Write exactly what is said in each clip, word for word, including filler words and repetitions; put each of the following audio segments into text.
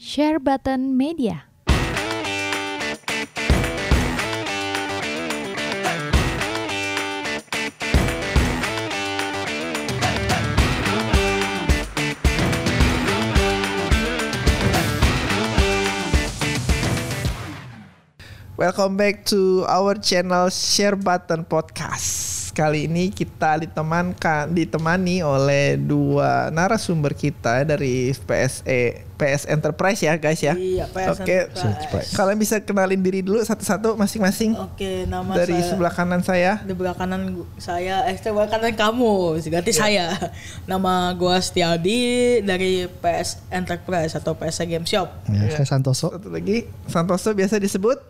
Share Button Media. Welcome back to our channel Share Button Podcast. Kali ini kita ditemankan, ditemani oleh dua narasumber kita dari P S E, P S Enterprise ya guys ya. Iya, P S Oke, Enterprise. Kalian bisa kenalin diri dulu satu-satu masing-masing. Oke, nama dari saya. sebelah kanan saya. Di sebelah kanan gu- saya, eh sebelah kanan kamu, ganti Ya. saya. Nama gua Setiadi dari P S Enterprise atau P S Game Shop. Ya, Ya. saya Santoso. Satu lagi, Santoso biasa disebut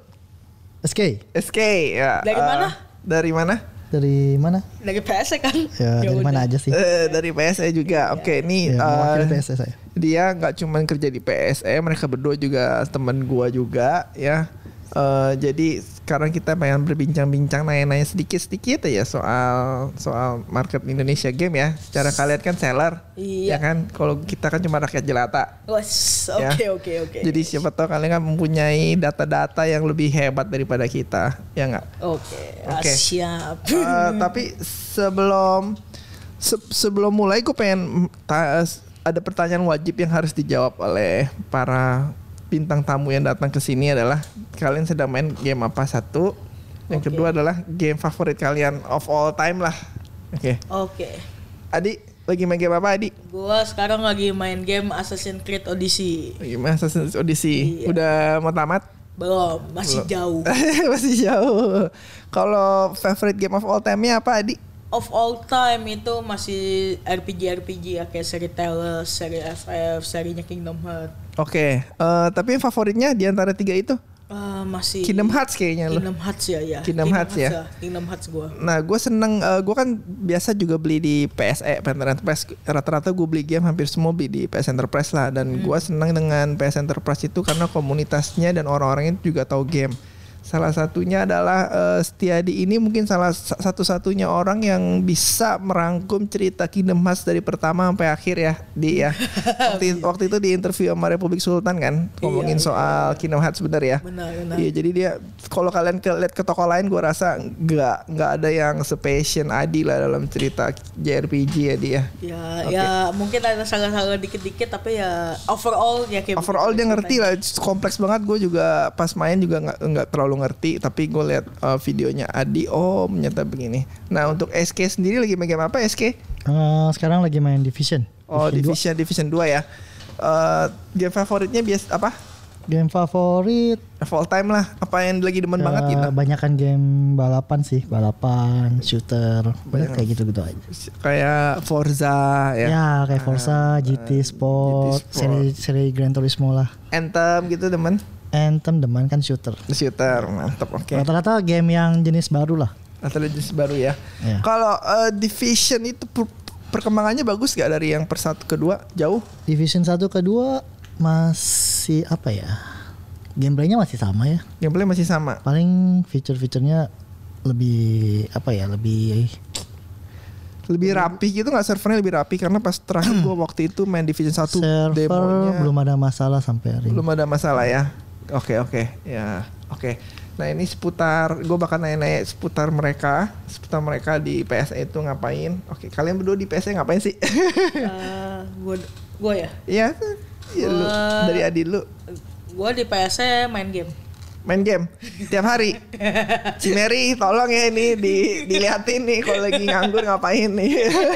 S K. S K ya. Dari eh, mana? Dari mana? Dari mana? Dari P S kan? Ya, dari udah. mana aja sih? Eh, dari P S E juga. Oke, ini Ya, mewakili eh, P S S saya. dia nggak cuma kerja di P S E, mereka berdua juga teman gua juga ya. Eh, jadi sekarang kita pengen berbincang-bincang, nanya-nanya sedikit-sedikit ya soal soal market Indonesia game ya. Secara kalian kan seller, Iya. ya kan. Kalau kita kan cuma rakyat jelata. Wes, Ya. oke oke oke. Jadi siapa tahu kalian kan mempunyai data-data yang lebih hebat daripada kita, ya nggak? Oke, Oke. ah, siap. Eh, tapi sebelum se- sebelum mulai gue pengen ta- ada pertanyaan wajib yang harus dijawab oleh para bintang tamu yang datang ke sini adalah kalian sedang main game apa satu, yang Oke. kedua adalah game favorit kalian of all time lah. Oke, Oke. Adi lagi main game apa Adi? Gua sekarang lagi main game Assassin's Creed Odyssey. Lagi main Assassin's Odyssey. Iya. Udah mau tamat? Belum, masih Belum. jauh. Masih jauh. Kalau favorite game of all time-nya apa Adi? Of all time itu masih R P G R P G ya, kayak seri Tales, seri F F, serinya Kingdom Hearts. Oke, eh, tapi yang favoritnya di antara tiga itu? Eh, masih Kingdom Hearts kayaknya lo. Kingdom Hearts ya ya. Kingdom Hearts ya? Kingdom Hearts gua. Nah, gue seneng, gue kan biasa juga beli di P S E, P S Enterprise. Rata-rata gue beli game hampir semua beli di P S Enterprise lah. Dan gue seneng dengan P S Enterprise itu karena komunitasnya dan orang-orangnya juga tahu game. Salah satunya adalah uh, Setiadi ini mungkin salah sa- satu-satunya orang yang bisa merangkum cerita Kingdom Hearts dari pertama sampai akhir ya, di ya. waktu, waktu itu di interview sama Republik Sultan kan, ngomongin Iya, soal Kingdom Hearts bener ya. Benar benar. Iya, jadi dia kalau kalian ke, lihat ke toko lain, gue rasa nggak nggak ada yang sepassion Adi lah dalam cerita J R P G ya dia. Ya Oke. ya mungkin ada salah-salah dikit-dikit tapi ya overall ya kayak Overall dia begitu ngerti lah, kompleks banget. Gue juga pas main juga nggak nggak terlalu ngerti, tapi gue lihat uh, videonya Adi, oh ternyata begini. Nah untuk S K sendiri lagi main game apa S K? Eh, sekarang lagi main Division. Oh dua. Division Division dua ya. Uh, game favoritnya bias apa? Game favorit Of all time lah. Apa yang lagi demen banget gitu? eh, banyakan game balapan sih, balapan, shooter, Banyak. kayak gitu-gitu aja. Kayak Forza ya. Ya, kayak Forza, G T Sport, Sport. seri seri Gran Turismo lah. Anthem gitu demen. Anthem demen kan shooter. Shooter mantap, oke. Rata-rata game yang jenis baru lah. Atau jenis baru ya. Ya. Kalau uh, Division itu per- perkembangannya bagus gak dari yang per satu ke dua? Jauh? Division satu kedua masih apa ya? Gameplaynya masih sama ya. Gameplay masih sama. Paling feature-featurenya lebih apa ya? Lebih Lebih rapi gitu gak servernya lebih rapi? Karena pas terakhir gua waktu itu main Division satu server demonya belum ada masalah sampai hari ini. belum ada masalah ya. Oke oke ya oke. Nah ini seputar, gue bakal nanya-nanya seputar mereka, seputar mereka di P S E itu ngapain? Oke, kalian berdua di P S E ngapain sih? Eh, gua gua ya. Iya, iya lu Gua- dari Adi lu Gua di P S E main game. main game tiap hari. Si Mary tolong ya ini di diliatin nih kalau lagi nganggur ngapain nih.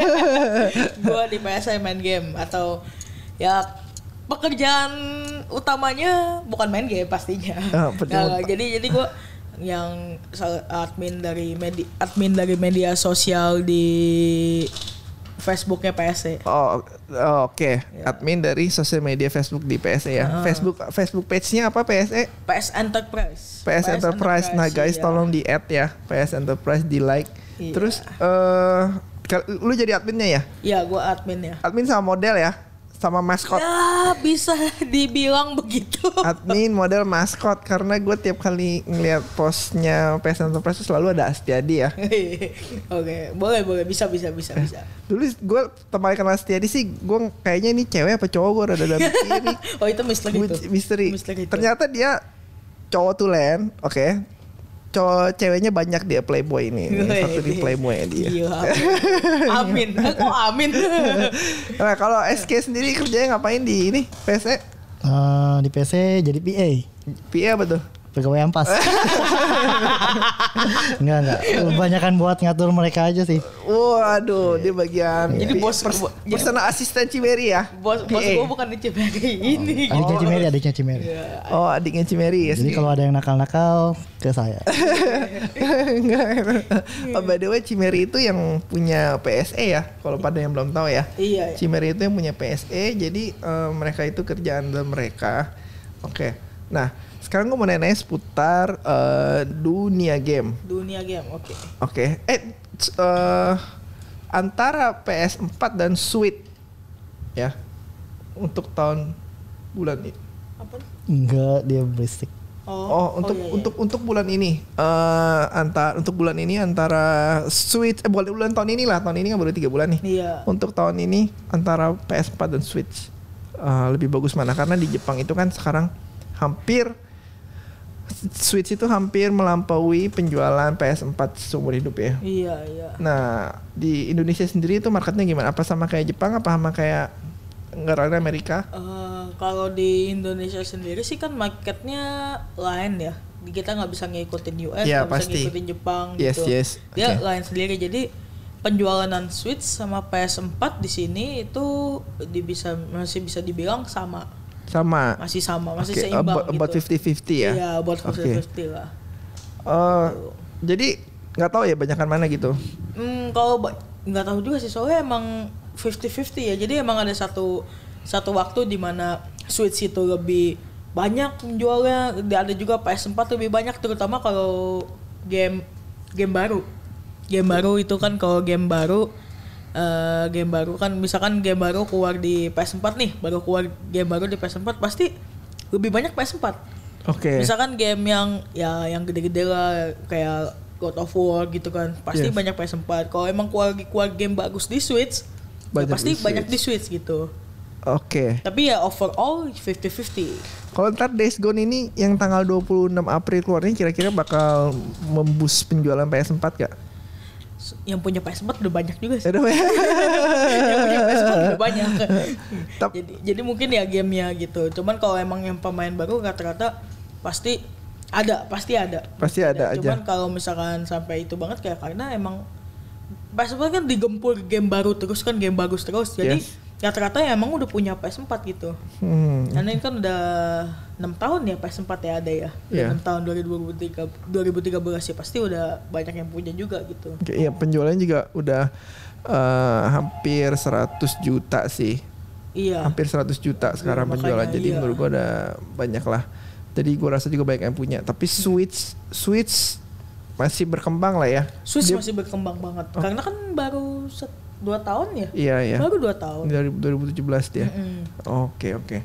Gua di P S E main game atau ya pekerjaan utamanya bukan main game pastinya. Oh, pekerjaan Nggak, utama. jadi jadi gua yang sal- admin dari media admin dari media sosial di Facebooknya P S E. Oh, oh, oke. Admin dari sosial media Facebook di P S E ya. Ah. Facebook Facebook page-nya apa P S E? P S Enterprise. P S Enterprise. Nah, guys iya. tolong di add ya. P S Enterprise di like. Iya. Terus eh kal- lu jadi adminnya ya? Iya, gua admin ya. Admin sama model ya? sama maskot. Ya bisa dibilang begitu. Admin model maskot karena gue tiap kali ngeliat postnya P S Enterprise selalu ada Astiadi ya. Oke, boleh boleh bisa bisa bisa bisa. Dulu gue pertama kali kenal Astiadi sih, gue kayaknya ini cewek apa cowok, gue rada ada mikir nih. Oh itu misteri itu. Misteri. Misteri itu. Ternyata dia cowok tulen, oke. Okay. Cowok ceweknya banyak dia Playboy ini. Satu di Playboy dia. Iya. Amin. Aku amin. Nah, kalau S K sendiri kerjanya ngapain di ini P S E? Uh, di P C jadi P A. P A apa tuh? Pegawai ampas. Enggak enggak. Kebanyakan buat ngatur mereka aja sih. Waduh, dia bagian. Jadi bos pers- personal asisten Cimeri ya. Bos bos gue bukan di Cimeri ini. Adiknya Cimeri, adiknya Cimeri. Oh, adiknya Cimeri ya. Jadi kalau ada yang nakal-nakal ke saya. Oh, by the way, Cimeri itu yang punya P S E ya. Kalau pada yang belum tahu ya. Iya. Cimeri itu yang punya P S E. Jadi uh, mereka itu kerjaan mereka. Oke. Okay. Nah, sekarang gue mau nanya seputar uh, dunia game. Dunia game, oke. Okay. Oke. Okay. Eh, uh, antara P S empat dan Switch, ya, untuk tahun bulan ini. Apa? Enggak, dia berisik. Oh, oh untuk oh, iya, iya. untuk untuk bulan ini, uh, antar untuk bulan ini antara Switch, eh bulan bulan tahun ini lah, tahun ini kan baru tiga bulan nih. Iya. Untuk tahun ini antara P S empat dan Switch, uh, lebih bagus mana? Karena di Jepang itu kan sekarang hampir Switch itu hampir melampaui penjualan P S empat seumur hidup ya. Iya, iya. Nah, di Indonesia sendiri itu marketnya gimana? Apa sama kayak Jepang? Apa sama kayak negara Amerika? Uh, kalau di Indonesia sendiri sih kan marketnya lain ya. Kita nggak bisa ngikutin U S, ya, nggak bisa pasti. ngikutin Jepang Yes, gitu. yes. Dia Okay. lain sendiri. Jadi penjualan Switch sama P S empat di sini itu di bisa masih bisa dibilang sama. Sama. Masih sama, masih Okay, seimbang about, gitu. about fifty fifty ya. Iya, about fifty Okay. fifty lah. Uh, jadi nggak tahu ya banyakan mana gitu. Hmm, kalau ba- nggak tahu juga sih soalnya emang fifty fifty ya. Jadi emang ada satu satu waktu di mana Switch itu lebih banyak penjualnya, ada juga P S empat lebih banyak, terutama kalau game game baru. Game baru itu kan kalau game baru uh, game baru kan misalkan game baru keluar di P S empat nih, baru keluar game baru di P S empat pasti lebih banyak P S empat. Oke. Okay. Misalkan game yang ya yang gede-gede lah kayak God of War gitu kan, pasti Yes. banyak P S empat. Kalau emang keluar keluar game bagus di Switch, ya Banyak pasti di banyak Switch. di Switch gitu. Oke. Okay. Tapi ya overall fifty fifty. Kalau ntar Days Gone ini yang tanggal dua puluh enam April keluarnya kira-kira bakal memboost penjualan P S empat gak? Yang punya P S empat udah banyak juga sih. Aduh, ya. Yang punya P S empat udah banyak. Tep- jadi jadi mungkin ya gamenya gitu. Cuman kalau emang yang pemain baru rata-rata pasti ada, pasti ada. Pasti ada aja. Cuman kalau misalkan sampai itu banget kayak karena emang P S empat kan digempur game baru terus kan, game bagus terus. Jadi Yes. rata-rata ya emang udah punya P S empat gitu. Hmm. Karena ini kan udah enam tahun ya P S empat ya ada ya. Iya. enam tahun dua ribu tiga, dua ribu tiga belas ya pasti udah banyak yang punya juga gitu. Iya, penjualannya juga udah uh, hampir seratus juta sih. Iya. Hampir seratus juta sekarang Iya, penjualan. makanya, Jadi iya. menurut gua udah banyak lah. Jadi gua rasa juga banyak yang punya. Tapi Switch Switch masih berkembang lah ya. Switch Dia- masih berkembang banget. Oh. Karena kan baru set, dua tahun ya. Iya, iya. Baru dua tahun. Dari dua ribu tujuh belas dia. Mm-mm. Oke, oke.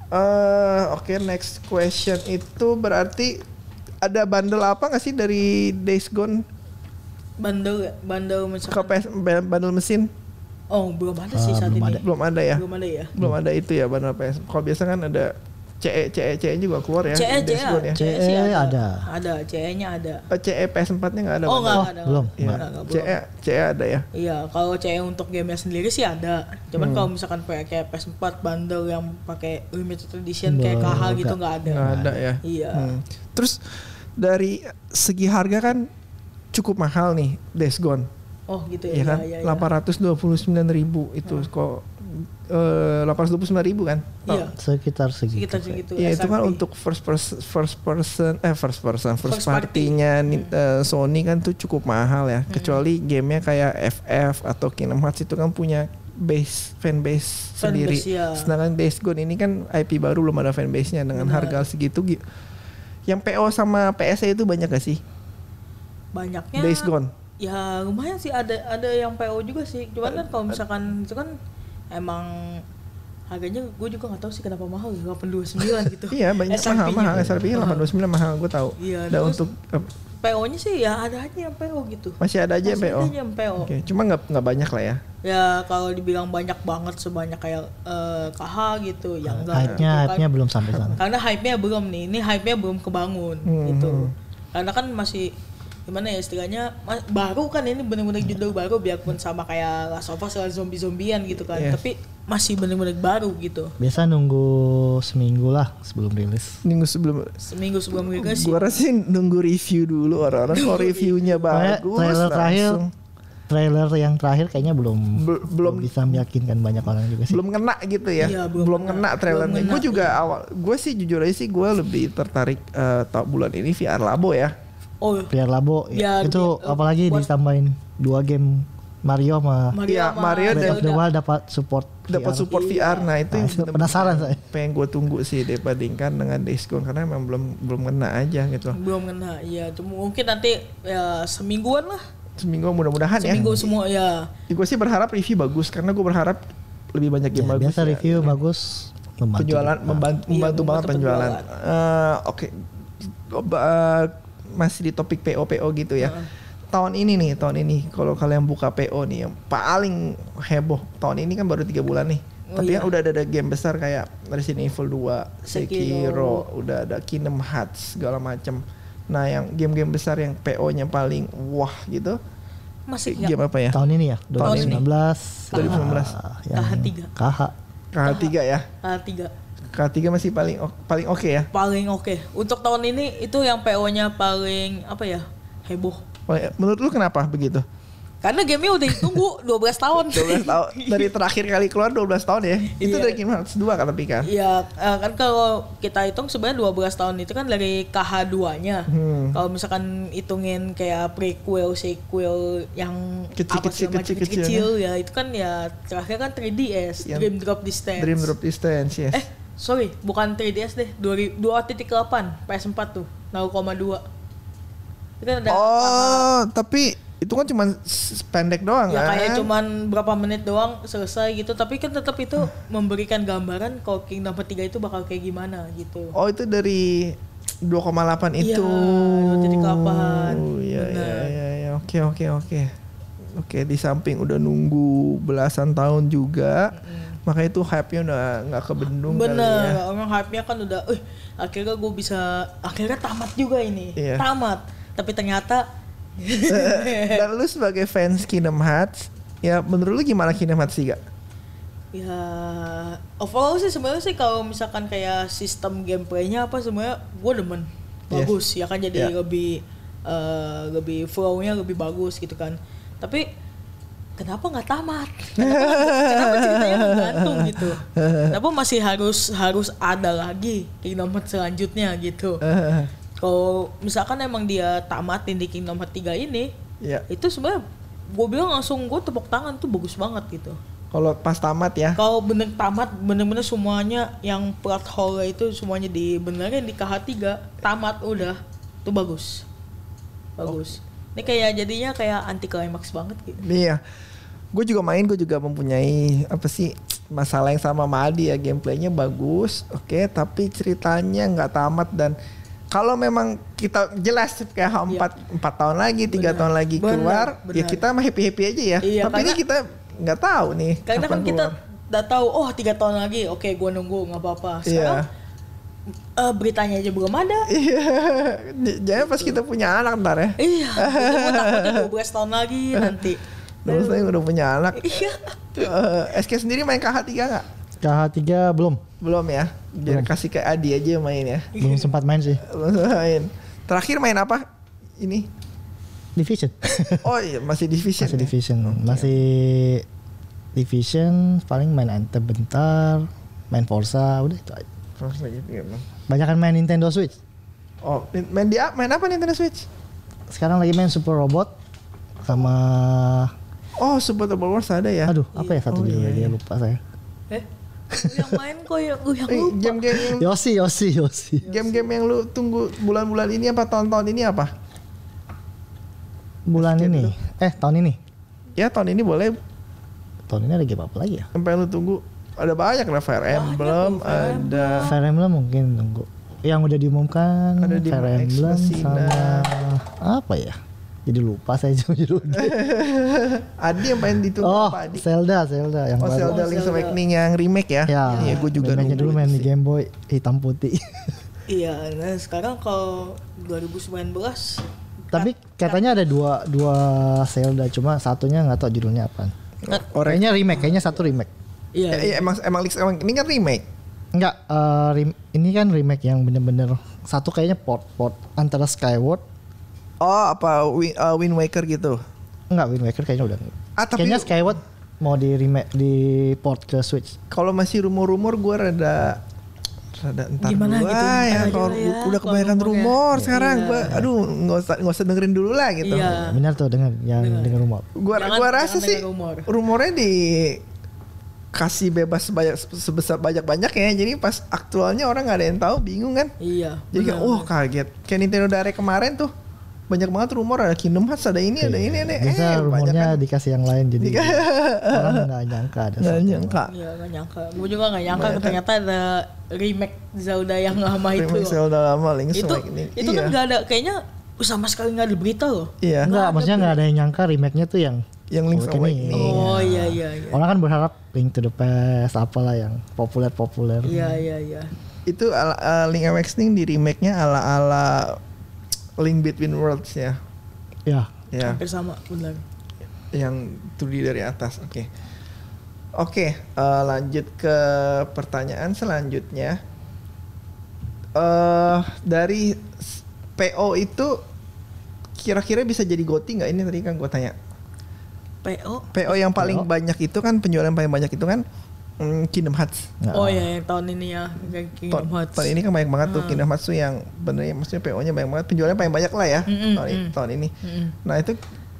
Eh, oke, next question itu berarti ada bundle apa nggak sih dari Days Gone Bandel, bandel ke misalkan. P S, bundle mesin? Oh belum ada sih Ah, saat belum ini. ada. Belum ada ya? Belum ada ya. Belum ada itu ya bundle P S. Kalau biasa kan ada C E, C E, C E juga keluar ya. C E, C Days E, Gone ya. C E sih C E ada. ada. Ada, C E-nya ada. Oh, C E P S empat-nya nggak ada. Oh bundle? enggak Oh, ada. belum. Iya. Enggak, enggak, C E, belum. C E ada ya. Iya, kalau C E untuk gamenya sendiri sih ada. Cuman Hmm. kalau misalkan kayak P S empat bundle yang pakai limited edition kayak K H Nggak. gitu nggak ada. Nggak ada ya. Iya. Hmm. Terus dari segi harga kan cukup mahal nih Days Gone. Oh gitu Iya ya. kan? Iya, iya, iya. delapan ratus dua puluh sembilan ribu itu kok eh, delapan ratus dua puluh sembilan ribu kan? Iya. Sekitar segitu. Sekitar segitu. Iya itu S R P. kan untuk first person, first person, eh first person, first, First party. party-nya Hmm. nih, eh, Sony kan tuh cukup mahal ya. Kecuali gamenya kayak F F atau Kingdom Hearts itu kan punya base fan base Fan sendiri. base, ya. Sedangkan Days Gone ini kan I P baru belum ada fan base-nya dengan Benar. harga segitu. gi- Yang P O sama P S itu banyak gak sih? Banyaknya. Days Gone. Ya lumayan sih, ada ada yang P O juga sih. Cuman kan kalau misalkan itu kan emang harganya gue juga nggak tahu sih kenapa mahal delapan puluh sembilan gitu. Iya banyak mahal mahal S R P-nya delapan puluh sembilan mahal gue tahu. Iya, dan terus untuk uh, P O-nya sih ya ada aja yang P O gitu. masih ada aja yang P O. Masih ada yang P O. Oke, cuma nggak nggak banyak lah ya. Ya kalau dibilang banyak banget sebanyak kayak uh, K H gitu, ya enggak. Hype-nya, gitu kan. hype-nya belum sampai sana. Karena hype-nya belum nih, ini hype-nya belum kebangun Hmm. gitu. Karena kan masih gimana ya istilahnya ma- baru kan ini bener-bener judul baru biarpun sama kayak Last of Us lah zombie-zombian gitu kan. Yes. Tapi masih bener-bener baru gitu. Biasa nunggu seminggu lah sebelum rilis. Minggu sebelum Seminggu sebelum rilis sih. gua rasa sih nunggu review dulu orang-orang kalau reviewnya Kayak bagus trailer terakhir, langsung. trailer yang terakhir kayaknya belum Bel- belum bisa meyakinkan banyak orang juga sih. belum kena gitu ya. Iya, belum belum kena. kena trailernya. Belum Gue kena, juga awal gue sih jujur aja sih gue lebih tertarik uh, tahun bulan ini V R Labo ya. Oh, V R Labo Ya, itu di- uh, apalagi buat- ditambahin dua game Mario sama Mario, Iya, sama Mario Breath dan- of the Wild dapat support Dapat V R. support V R. Nah, itu Nah, yang itu bener-bener penasaran saya. pengen gue tunggu sih dibandingkan dengan Days Gone karena memang belum belum kena aja gitu. belum kena. Ya, cuma mungkin nanti ya semingguan lah. Seminggu mudah-mudahan ya. Seminggu semua ya. Gue sih berharap review bagus karena gue berharap lebih banyak game Ya, bagus. biasa ya. review bagus membantu. Penjualan membantu, Iya, membantu banget membantu penjualan. penjualan. Eh, Oke, Eh, masih di topik P O P O gitu ya. Tahun ini nih, tahun ini kalau kalian buka P O nih yang paling heboh tahun ini kan baru tiga bulan nih. Oh, Tapi iya. kan udah ada, ada game besar kayak Resident Evil dua, Sekiro, Sekiro. udah ada Kingdom Hearts segala macem. Nah, yang game-game besar yang P O-nya paling wah gitu. Masih nggak. Game apa ya? Tahun ini ya, Tahun ini. dua ribu sembilan belas. dua ribu sembilan belas. Ah, K H tiga. K H. K H tiga ya. K tiga. K H tiga masih paling o- paling oke ya. Paling oke. Untuk tahun ini itu yang P O-nya paling apa ya? Heboh. Oh, ya. Menurut lu kenapa begitu? Karena gamenya udah ditunggu dua belas tahun. dua belas tahun dari terakhir kali keluar dua belas tahun ya. Itu Iya. dari Kingdom Hearts dua kan tapi kan. Iya, eh, kan kalau kita hitung sebenarnya dua belas tahun itu kan dari K H dua-nya. Hmm. Kalau misalkan hitungin kayak prequel, sequel yang Kecil, apa kecil, segala macam, kecil, kecil-kecil, ya itu kan ya terakhir kan tiga D S, Yang Dream Drop Distance. Dream Drop Distance yes. Eh, sorry, bukan tiga D S deh, dua titik delapan P S empat tuh, nol koma dua. Itu kan ada Oh, tapi itu kan cuma s- pendek doang ya kan. kayak cuman berapa menit doang selesai gitu, tapi kan tetap itu memberikan gambaran kalau Kingdom Hearts tiga itu bakal kayak gimana gitu. Oh, itu dari dua koma delapan Iya, itu. dua titik delapan. Oh, iya iya Benar. iya iya. Oke oke oke. Oke, di samping udah nunggu belasan tahun juga. Makanya itu hype-nya udah nggak kebendung kali ya. Bener, orang hype-nya kan udah, eh akhirnya gue bisa, akhirnya tamat juga ini, Iya. tamat. Tapi ternyata, Dan lu sebagai fans Kingdom Hearts, ya menurut lu gimana Kingdom Hearts tiga? ya overall sih sebenarnya sih kalau misalkan kayak sistem gameplaynya apa semuanya gue demen, bagus ya kan jadi Yeah. lebih eh, lebih flow-nya lebih bagus gitu kan. Tapi kenapa nggak tamat? Kenapa, kenapa ceritanya nggak gantung gitu? Kenapa masih harus harus ada lagi Kingdom Hearts selanjutnya gitu? Kalau misalkan emang dia tamatin di Kingdom Hearts tiga ini, Ya, itu sebenarnya gue bilang langsung gue tepuk tangan tuh bagus banget gitu. kalau pas tamat ya. Kalau bener tamat, bener-bener semuanya yang plot hole itu semuanya dibenerin di K H tiga, tamat udah, itu bagus, bagus. Ini kayak jadinya kayak anti climax banget gitu. Iya. Gue juga main, gue juga mempunyai apa sih masalah yang sama sama Adi ya, gameplaynya bagus, oke, tapi ceritanya nggak tamat. Dan kalau memang kita jelas kayak empat empat tahun lagi, tiga Benar. tahun lagi Benar, keluar, ya benar. kita mah happy happy aja ya. Iya, tapi ini karena- kita nggak tahu nih. Karena kapan kan kita keluar. udah tahu, oh tiga tahun lagi, oke gue nunggu nggak apa-apa. Sekarang Iya. eh, beritanya aja belum ada. Iya. Jangan pas kita punya anak ntar ya. Iya, itu gue takutnya dua belas tahun lagi nanti. Terus saya udah punya anak. Iya. Eh, S K sendiri main K H tiga nggak? K H tiga belum, Belum ya. Biar Belum. kasih ke Adi aja yang main ya. belum sempat main sih. Belum main. Terakhir main apa? Ini. Division. Oh iya, masih Division. Masih ya? Division. Masih Division, paling main Anthem bentar, main Forza, udah itu aja. Terus lagi gitu. Banyakan main Nintendo Switch. Oh, main dia main apa Nintendo Switch? Sekarang lagi main Super Robot sama Oh, Super Turbo Wars ada ya. aduh, apa ya satu Oh, judulnya iya, dia iya. lupa saya. Eh, lu yang main kok yang lu yang Eh, lupa. game-game yang Yoshi, Yoshi, Yoshi. game-game yang lu tunggu bulan-bulan ini apa tahun-tahun ini apa? Bulan Skip ini. dulu. Eh, tahun ini. Ya tahun ini boleh Tahun ini ada game apa lagi ya? sampai lu tunggu. Ada banyak lah Fire Emblem, tuh, Fire ada Fire Emblem mungkin nunggu. Yang udah diumumkan Ada di Fire X Emblem Machina. sama apa ya? Jadi lupa saya judulnya. Adi yang main ditunggu Oh, apa Adi? Zelda, Zelda yang Oh baru. Zelda Oh, Link's Zelda. Awakening yang remake ya? Ya, Iya, gue juga remake-nya nunggu dulu itu main di sih. Game Boy hitam putih. Iya, nah sekarang kalau dua ribu sembilan belas Tapi katanya ada dua dua Zelda, cuma satunya nggak tahu judulnya apa. Orang Kayaknya remake, kayaknya satu remake. iya, Eh, iya, emang emang Link's Awakening ini kan remake. Enggak, eh, rem- ini kan remake yang bener-bener satu kayaknya port-port antara Skyward. Oh, apa Wind, uh, Wind Waker gitu. Enggak, Wind Waker kayaknya udah. Ah, tapi Kayaknya Skyward mau di remake di port ke Switch. kalau masih rumor-rumor gue rada rada entar Gimana dulu gitu, ah, entar ya aja kalau lah ya, udah kalau kebanyakan rumornya. rumor sekarang Iya. gua aduh nggak usah nggak usah dengerin dulu lah gitu. Iya. Benar tuh dengan yang dengan rumor. Gua Jangan- gua rasa jangan sih dengar rumor. rumornya di kasih bebas sebanyak sebesar banyak-banyak ya. Jadi pas aktualnya orang nggak ada yang tahu, bingung kan. Iya. Jadi kayak benar. oh kaget. Kayak Nintendo Direct kemarin tuh banyak banget rumor, ada Kingdom Hearts, ada ini, ada ini, ada Biasa eh, rumornya kan. dikasih yang lain jadi orang nggak nyangka ada Nggak satu. nyangka. Iya, gak nyangka. Gue juga gak nyangka ternyata ada remake Zelda yang lama itu. Remake loh. Zelda lama Link's Itu Awakening. itu Iya. kan gak ada, kayaknya sama sekali gak ada berita loh. Iya. Enggak, maksudnya nggak ada yang nyangka remake-nya tuh yang Yang Link's Awakening. Awakening. Oh iya iya iya. orang kan berharap Link to the Past apalah yang populer-populer. Iya iya iya. Itu ala, uh, Link Awakening di remake-nya ala-ala Link Between Worlds ya. Ya, Ya, Hampir sama benar. yang dua D dari atas. Oke. Oke, uh, lanjut ke pertanyaan selanjutnya. Eh dari s- P O itu kira-kira bisa jadi GOTY nggak? Ini tadi kan gue tanya. P O. P O yang paling P O. banyak itu kan, penjualan paling banyak itu kan mm, Kingdom Hearts. Nah, Oh iya yang tahun ini ya, kayak Kingdom Tahun, Hearts. tahun ini kan banyak banget tuh Hmm. Kingdom Hearts tuh yang benernya maksudnya P O-nya banyak banget, penjualannya paling banyak lah ya Mm-mm, tahun, ini, mm. tahun ini. Mm-mm. Nah itu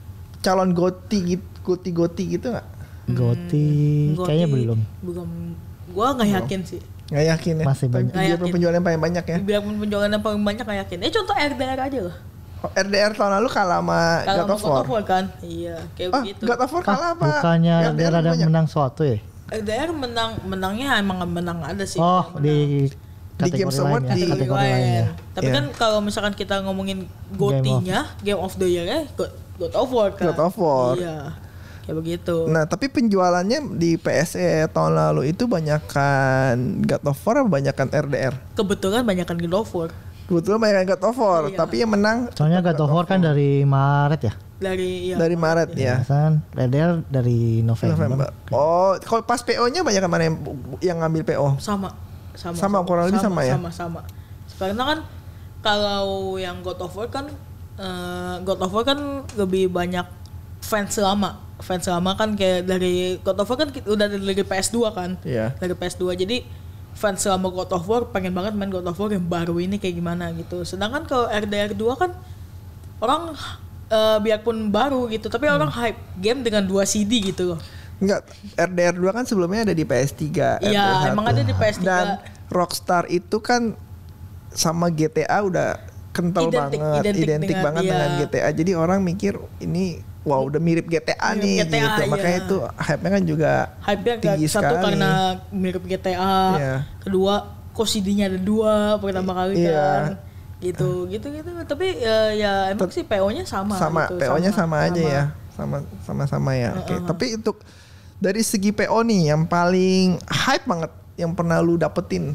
calon GOTY gitu, GOTY GOTY gitu nggak? GOTY Goti- kayaknya belum. Belum. Gua nggak yakin sih. Nggak yakin ya. Masih banyak. Tapi dia Nggak yakin. penjualan paling banyak ya. Biarpun penjualannya paling banyak nggak yakin. Eh contoh R D R aja loh. Oh, R D R tahun lalu kalah sama Kalau God mau of God War. of War kan. Iya kayak Ah, begitu. God of War kalah Ah, apa? bukannya R D R dia ada banyak. menang suatu ya? R D R menang menangnya emang menang ada sih. Oh, menang. di Di Games kategori Award lain ya, di- kategori lain. lain ya. Tapi Iya. kan kalau misalkan kita ngomongin GOTY-nya, Game of the Year ya God, God of War kan. God of War. Iya. Kayak begitu. Nah tapi penjualannya di P S E tahun lalu itu banyakan God of War apa banyakan R D R? Kebetulan banyakan God of War Kebetulan banyakan God of War, Iya. tapi yang menang Soalnya God of War kan dari Maret ya. dari ya, dari Maret ya. Kan R D R dari November. November. Oh, kalau pas P O-nya banyak mana yang yang ngambil P O? sama sama Sama, kurang lebih sama ya? sama sama karena kan kalau yang God of War kan eh, God of War kan lebih banyak fans lama fans lama kan kayak dari God of War kan ki- udah dari P S dua kan Iya. dari P S dua jadi fans lama God of War pengen banget main God of War yang baru ini kayak gimana gitu sedangkan kalau R D R dua kan orang eh, biarpun baru gitu tapi orang hype game dengan dua C D gitu loh. Enggak, R D R dua kan sebelumnya ada di P S tiga. Iya, emang ada di P S tiga. Dan Rockstar itu kan sama G T A udah kental Identik- banget, identik identik dengan- banget iya. dengan G T A. Jadi orang mikir ini wow udah mirip G T A Mirip nih G T A, gitu. iya. Makanya itu hype-nya kan juga Hype-nya tinggi satu sekali. karena mirip G T A, Iya. kedua kok C D-nya ada dua pertama kali Iya. kan. Gitu, gitu gitu. Tapi ya, ya emang sih P O-nya sama sama gitu. P O-nya sama, aja ya. Sama sama-sama ya. Oke, tapi untuk dari segi P O nih yang paling hype banget yang pernah lu dapetin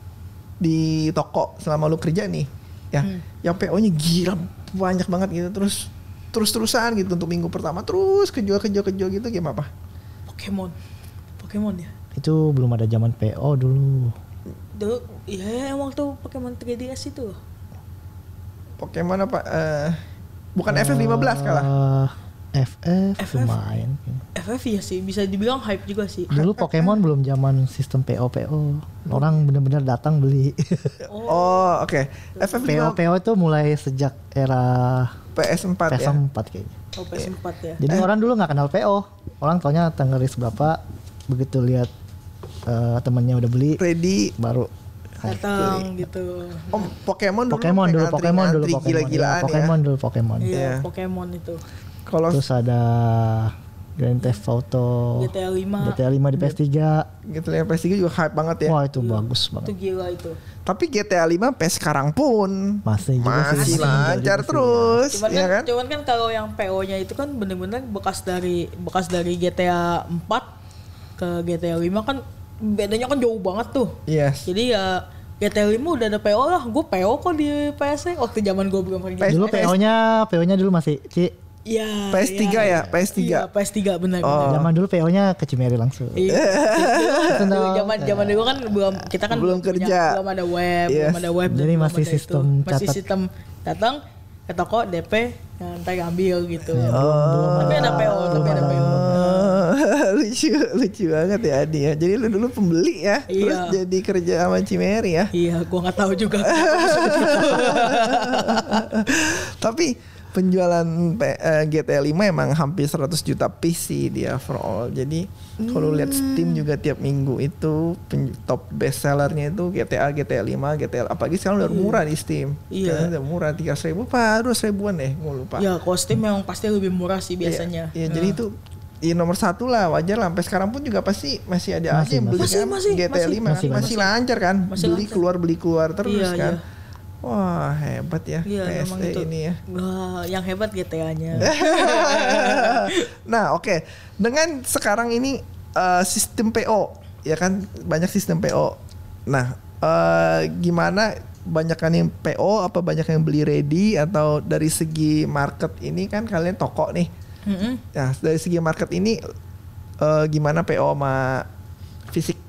di toko selama lu kerja nih ya. Hmm. Yang P O-nya gila banyak banget gitu terus terus-terusan gitu untuk minggu pertama terus kejual-kejual-kejual gitu gimana apa? Pokemon. Pokemon ya. Itu belum ada zaman P O dulu. Dulu ya yang waktu Pokemon tiga D S itu. Pokemon apa eh, bukan F F lima belas kalah. Eh, F F F F. lumayan. F F ya sih bisa dibilang hype juga sih. Dulu Pokemon belum zaman sistem P O P O. Orang bener-bener datang beli. Oh, oke. F F P O lima P O itu mulai sejak era P S empat P S ya. empat kayaknya. Oh, P S empat ya. Jadi orang dulu nggak kenal P O. Orang taunya tenggeris berapa. Begitu lihat eh, temennya udah beli, Ready. baru Datang gitu. Oh, Pokemon dulu Pokemon dulu, ngantri- Pokemon dulu, ngantri Pokemon. gila-gilaan Ya, Pokemon dulu, Pokemon. Iya, Iya. Pokemon itu. ya. Kalau Terus ada Grand Theft Auto, G T A lima. G T A lima di P S tiga. G T A lima P S tiga juga hype banget ya. Wah itu bagus Itu banget. gila itu. Tapi G T A lima sampai sekarang pun Masih juga sih, masih masih lancar juga sih, terus, Cuman ya kan, kan? cuman kan kalau yang P O-nya itu kan bener-bener bekas dari bekas dari G T A empat ke G T A lima kan bedanya kan jauh banget tuh. Yes. Jadi ya G T A lima udah ada P O lah. Gue P O kok di P S E waktu zaman gue belum pergi. Dulu P O-nya P O-nya dulu masih Ci. Iya. P S tiga ya, P S tiga. Iya, P S tiga benar. Oh. benar. Zaman dulu P O-nya ke Cimeri langsung. Iya. Itu Dulu dong. Zaman zaman dulu kan belum kita kan Belum punya- kerja. belum ada web, Yes. belum ada web. dan Jadi belum masih ada sistem itu. masih catat. sistem datang ke toko D P yang ntar ambil gitu. Oh. Tapi ada P O, tapi ada P O. Oh, lucu, lucu banget ya Adi ya. Jadi lu dulu pembeli ya, terus Iya. jadi kerja sama Cimeri ya. Iya, gua nggak tahu juga. Tapi penjualan P- eh, G T A lima emang hampir seratus juta piece sih dia overall. Jadi kalau lihat Steam juga tiap minggu itu pen- top best sellernya itu G T A, G T A lima, G T A. Apalagi sekarang udah murah di Steam. Iya. Sekarang udah murah tiga ratus ribu, apa dua ratus ribuan deh, gue lupa. Ya, kostum memang pasti lebih murah sih biasanya. Iya, iya, jadi itu ya nomor satu lah, wajar lah. Sampai sekarang pun juga pasti masih ada aja Masih, yang beli masih. kan Masih, G T A masih, lima masih, kan masih, masih. lancar kan, Masih beli lancar. keluar beli keluar terus Iya, kan. iya. Wah hebat ya Iya, P S memang E itu. ini ya. Wah, yang hebat G T A-nya. Nah oke, dengan sekarang ini eh, sistem P O ya kan, banyak sistem P O. Nah eh, gimana, banyakan yang P O apa banyak yang beli ready, atau dari segi market ini kan kalian toko nih. Mm-mm. Nah dari segi market ini eh, gimana P O sama fisik?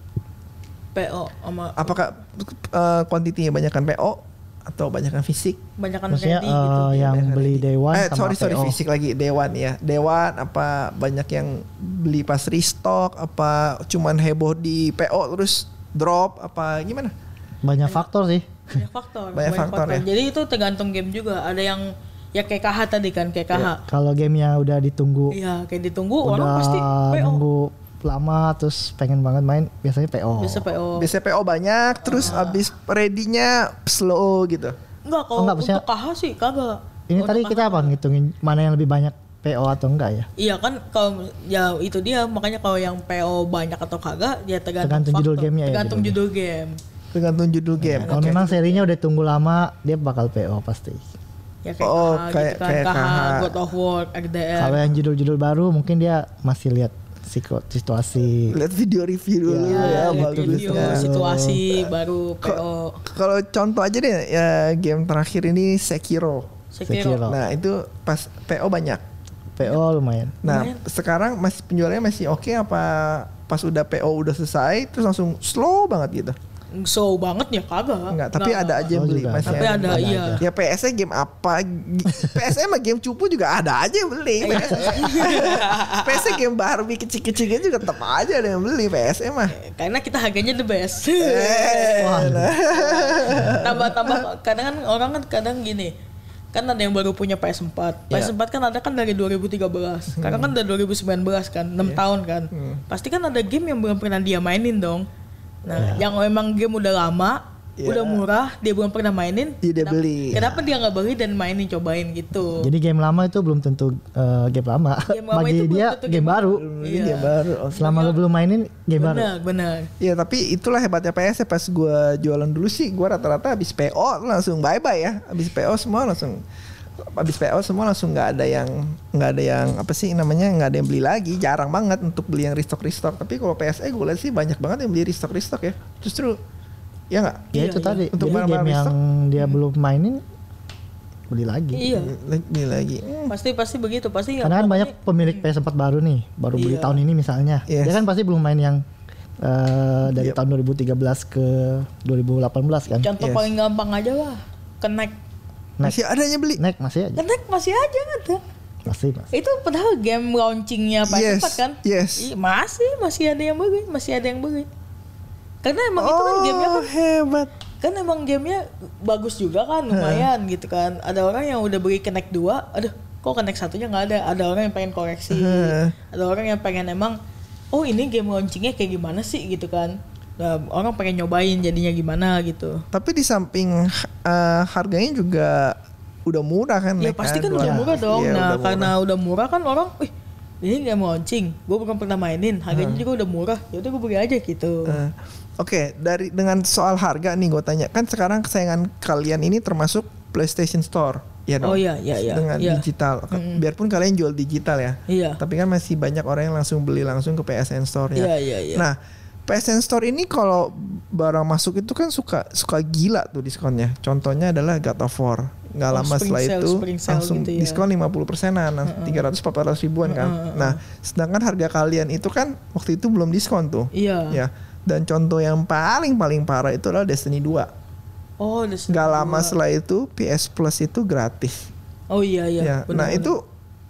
P O sama Apakah eh, kuantitinya banyakkan P O atau banyakkan fisik? banyakan Maksudnya ready gitu. eh, yang Banyakan beli ready. Day One eh, sama sorry sorry P O. fisik lagi, Dewan ya. Dewan apa banyak yang beli pas restock, apa cuman heboh di P O terus drop, apa gimana? Banyak faktor sih. Banyak faktor. Banyak faktor ya. Jadi itu tergantung game juga. Ada yang ya kayak K H tadi kan, kayak K H. Kalau gamenya udah ditunggu, Iya, kayak ditunggu udah orang pasti P O. nunggu lama terus pengen banget main, biasanya P O. Bisa P O. Biasanya P O banyak, terus abis ready-nya slow gitu. Enggak, kalau Oh, enggak, maksudnya- untuk K H sih kagak. Ini Untuk tadi K H kita apa ngitungin mana yang lebih banyak P O atau enggak ya? Iya kan, kalau ya itu dia, makanya kalau yang P O banyak atau kagak ya tergantung, Tergantung judul faktor. gamenya ya, Tergantung judul judul game. Tergantung judul game. Kalau Oke. memang serinya udah tunggu lama, dia bakal P O pasti. Ya kayak Oh, K H kayak- gitu kan, kayak K H, K H. God of War, R D R. Kalau yang judul-judul baru mungkin dia masih lihat siko- situasi. Lihat video review dulu Ya, ya, lihat bagusnya. video, situasi baru P O. Kalau contoh aja deh ya, game terakhir ini Sekiro. Sekiro. Sekiro. Nah itu pas P O banyak. P O lumayan. Nah Lumayan. sekarang masih penjualannya masih oke, apa pas udah P O udah selesai terus langsung slow banget gitu? So banget ya kagak. Enggak, tapi ada aja yang Oh, beli juga. masih Tapi ada, iya. Ya P S E game apa? P S E mah game cupu juga ada aja yang beli. P S E P S E game Barbie kecil-kecilnya juga tetap aja ada yang beli P S E mah. Karena kita harganya the best. Eh, Wah. nah. Tambah-tambah kadang kan orang kan kadang gini. Kan ada yang baru punya P S empat. P S empat kan ada kan dari dua ribu tiga belas. Sekarang kan udah dua ribu sembilan belas kan, enam tahun kan. Pasti kan ada game yang belum pernah dia mainin dong. Nah, yang memang game udah lama, Iya. udah murah, dia belum pernah mainin. Iya, dia kenapa- beli. Kenapa dia nggak beli dan mainin cobain gitu? Jadi game lama itu belum tentu eh, game lama. Game lama Bagi itu belum dia tentu game game baru. Ini Iya. game baru. Oke. Selama lu belum mainin game baru. Benar, benar. Ya tapi itulah hebatnya P S E. Pas gue jualan dulu sih, gue rata-rata habis P O langsung bye bye ya. Habis P O semua langsung, habis P O semua langsung nggak ada yang nggak ada yang apa sih namanya nggak ada yang beli lagi. Jarang banget untuk beli yang restock restock. Tapi kalau P S E gue lihat sih banyak banget yang beli restock restock ya. Justru ya nggak? Ya Iya, itu iya. tadi. Untuk Jadi barang-barang game yang restock. dia belum mainin beli lagi. Iya. Beli lagi. Hmm. Pasti pasti begitu, pasti. Karena kan pokoknya- banyak pemilik P S empat baru nih, baru beli Iya. tahun ini misalnya. Yes. Dia kan pasti belum main yang eh, dari Yep. tahun dua ribu tiga belas ke dua ribu delapan belas kan. Contoh Yes. paling gampang aja lah. Connect. Masih adanya beli. Nek masih aja. Connect masih aja ada. Masih, masih. Itu padahal game launchingnya P S Yes, empat kan? yes. Iya, masih masih ada yang beli, masih ada yang beli. Karena emang itu kan Oh gamenya kan, hebat. kan emang gamenya bagus juga kan, lumayan gitu kan. Ada orang yang udah beli Connect dua, aduh kok Connect satunya nggak ada. Ada orang yang pengen koreksi, Heeh. ada orang yang pengen emang, oh ini game launchingnya kayak gimana sih gitu kan. Nah, orang pengen nyobain jadinya gimana gitu. Tapi di samping eh, harganya juga udah murah kan? Ya Nek, pasti kan dua- udah murah dong. Iya, Nah udah murah. karena udah murah kan orang, wih ini game launching, gue belum pernah mainin, harganya Hmm. juga udah murah, ya udah gue beli aja gitu. Eh, Oke, dari dengan soal harga nih gue tanya, kan sekarang kesayangan kalian ini termasuk PlayStation Store, ya dong? Oh iya, iya, iya. Dengan iya. digital, biarpun kalian jual digital ya, Iya. tapi kan masih banyak orang yang langsung beli langsung ke P S N Store ya. Iya, iya, iya. Nah, P S N Store ini kalau barang masuk itu kan suka suka gila tuh diskonnya. Contohnya adalah God of War. Nggak Oh, lama spring setelah sale, itu spring sale langsung gitu ya. diskon lima puluh persenan, tiga ratus empat ratus ribuan kan. Nah, sedangkan harga kalian itu kan waktu itu belum diskon tuh. Iya. Ya. Dan contoh yang paling paling parah itu adalah Destiny dua. Oh, udah Nggak lama setelah itu P S Plus itu gratis. Oh iya iya. Ya. benar, Nah, benar. itu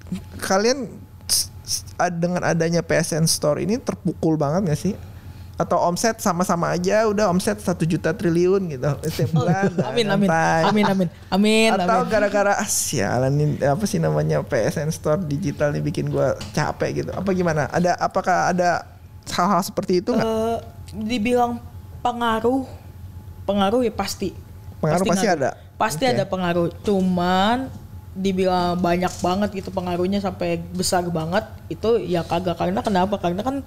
kalian s- s- ad- dengan adanya P S N Store ini terpukul banget gak sih? Atau omset sama-sama aja udah omset satu juta triliun gitu setiap bulan. Oh, amin amin. santai. Amin amin. Amin Atau amin. gara-gara ah, sialan ini apa sih namanya P S N Store digital nih bikin gua capek gitu. Apa gimana? Ada apakah ada hal-hal seperti itu nggak? Eh, dibilang pengaruh, pengaruh ya pasti. Pengaruh pasti ngaruh. ada? Pasti Oke. ada pengaruh. Cuman dibilang banyak banget gitu pengaruhnya sampai besar banget itu ya kagak. Karena kenapa? Karena kan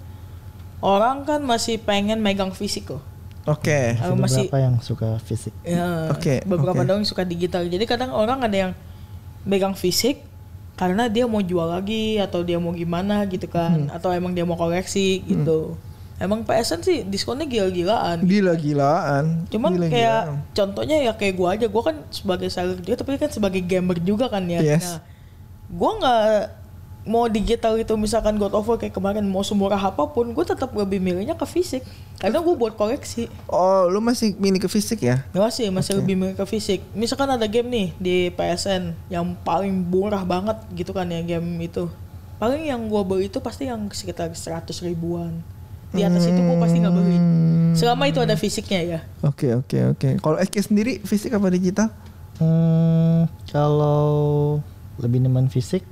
orang kan masih pengen megang fisik loh. Oke. Eh, masih Beberapa yang suka fisik. ya, Oke, beberapa oke. doang yang suka digital. Jadi kadang orang ada yang megang fisik karena dia mau jual lagi atau dia mau gimana gitu kan, Hmm. atau emang dia mau koleksi gitu. Emang P S N sih diskonnya gila-gilaan. Gila-gilaan. Cuman Gila-gilaan. kayak contohnya ya kayak gua aja, gua kan sebagai seller juga tapi kan sebagai gamer juga kan ya. Yes. Nah, gua nggak mau digital itu misalkan God of War kayak kemarin mau semurah apapun, gua tetap lebih milihnya ke fisik karena gua buat koleksi. Oh, lu masih milih ke fisik ya? Masih masih lebih milih ke fisik. Misalkan ada game nih di P S N yang paling murah banget gitu kan ya game itu. Paling yang gua beli itu pasti yang sekitar seratus ribuan. Di atas itu gua pasti nggak beli. Selama itu ada fisiknya ya. Oke, oke, oke. Kalau Eki sendiri fisik apa digital? Hmm, kalau lebih nemen fisik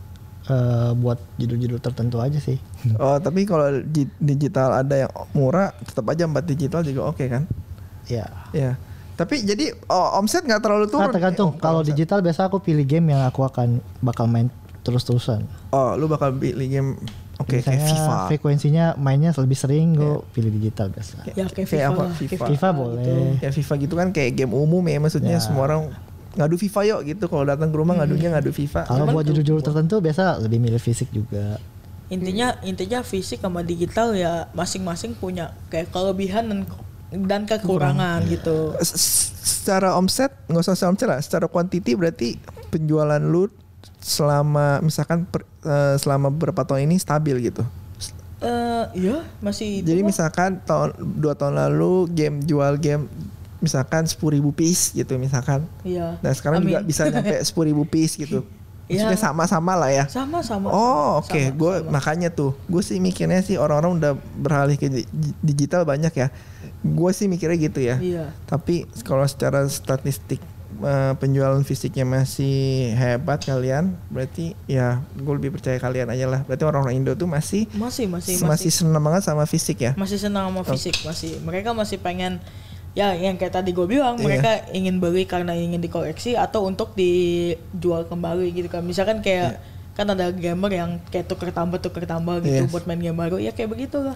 eh, buat judul-judul tertentu aja sih. Oh, tapi kalau di- digital ada yang murah, tetap aja empat digital juga oke kan? Ya. Ya. Tapi jadi oh, omset nggak terlalu turun. Nah, tergantung. nih, Kalau omset. digital biasa aku pilih game yang aku akan bakal main terus-terusan. Oh, lu bakal pilih game oke kayak Misalnya FIFA. frekuensinya mainnya lebih sering, gue pilih digital biasa. Ya kayak Kayak FIFA apa? lah. FIFA. kayak FIFA boleh. gitu. Ya FIFA gitu kan kayak game umum ya, maksudnya Ya. semua orang ngadu FIFA yuk gitu. Kalau datang ke rumah ngadunya ngadu FIFA. Kalau Cuman buat tuh- judul-judul tertentu biasa lebih milih fisik juga. Intinya intinya fisik sama digital ya masing-masing punya kayak kelebihan dan dan kekurangan gitu. S- s- Secara omset, nggak usah secara omset lah, secara quantity berarti penjualan lu selama misalkan per- eh, selama beberapa tahun ini stabil gitu. Eh iya masih itu Jadi mah. misalkan tahun dua tahun lalu game jual game misalkan sepuluh ribu piece gitu misalkan. Iya. Nah sekarang Amin. juga bisa nyampe sepuluh ribu piece gitu. Iya. Maksudnya sama-sama lah ya. Sama-sama. Oh oke, Sama, gue sama. makanya tuh, gue sih mikirnya sih orang-orang udah beralih ke di- digital banyak ya. Gue sih mikirnya gitu ya. Iya. Tapi kalau secara statistik eh, penjualan fisiknya masih hebat kalian, berarti ya gue lebih percaya kalian aja lah. Berarti orang-orang Indo tuh masih Masih masih masih, masih senang banget sama fisik ya. masih senang sama fisik, masih mereka masih pengen ya yang kayak tadi gue bilang Iya. mereka ingin beli karena ingin dikoleksi atau untuk dijual kembali gitu kan. Misalkan kayak kan ada gamer yang kayak tuker tambah tuker tambah gitu Yes. buat main game baru ya kayak begitulah.